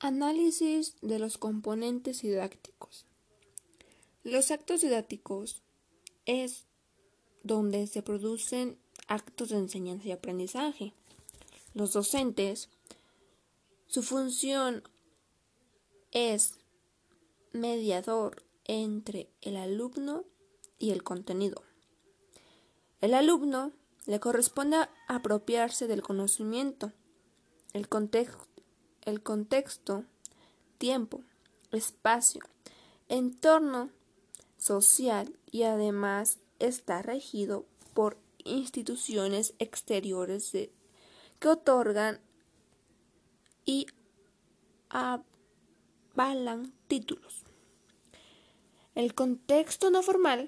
Análisis de los componentes didácticos. Los actos didácticos es donde se producen actos de enseñanza y aprendizaje. Los docentes, su función es mediador entre el alumno y el contenido. El alumno le corresponde apropiarse del conocimiento, el contexto, tiempo, espacio, entorno social y además está regido por instituciones exteriores que otorgan y avalan títulos. El contexto no formal,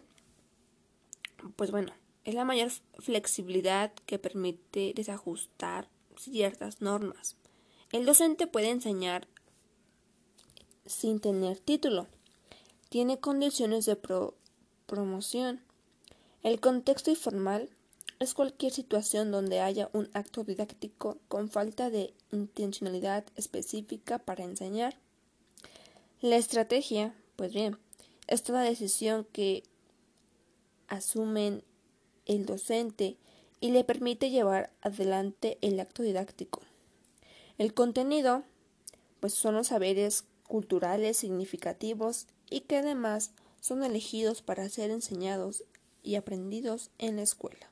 es la mayor flexibilidad que permite desajustar ciertas normas. El docente puede enseñar sin tener título. Tiene condiciones de promoción. El contexto informal es cualquier situación donde haya un acto didáctico con falta de intencionalidad específica para enseñar. La estrategia, es toda decisión que asumen el docente y le permite llevar adelante el acto didáctico. El contenido, son los saberes culturales significativos y que además son elegidos para ser enseñados y aprendidos en la escuela.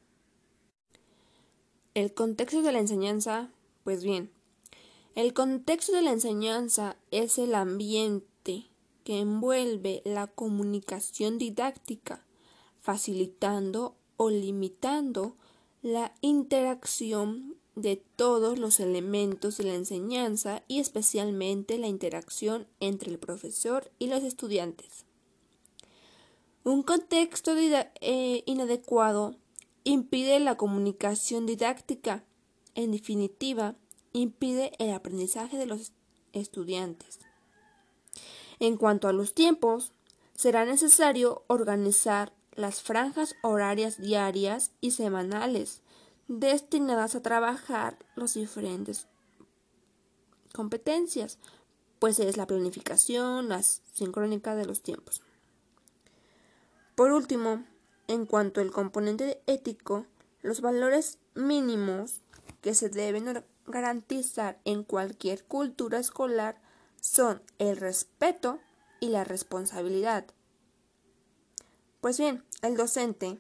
El contexto de la enseñanza, el contexto de la enseñanza es el ambiente que envuelve la comunicación didáctica, facilitando o limitando la interacción de todos los elementos de la enseñanza y especialmente la interacción entre el profesor y los estudiantes. Un contexto inadecuado impide la comunicación didáctica, en definitiva, impide el aprendizaje de los estudiantes. En cuanto a los tiempos, será necesario organizar las franjas horarias diarias y semanales destinadas a trabajar las diferentes competencias, es la planificación, la sincrónica de los tiempos. Por último, en cuanto al componente ético, los valores mínimos que se deben garantizar en cualquier cultura escolar son el respeto y la responsabilidad. El docente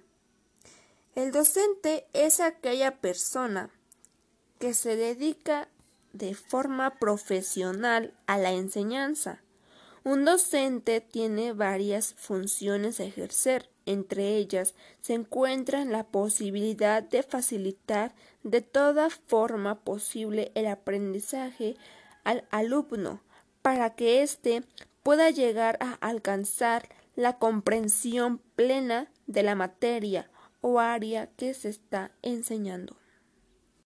es aquella persona que se dedica de forma profesional a la enseñanza. Un docente tiene varias funciones a ejercer. Entre ellas se encuentra la posibilidad de facilitar de toda forma posible el aprendizaje al alumno para que éste pueda llegar a alcanzar la comprensión plena de la materia o área que se está enseñando.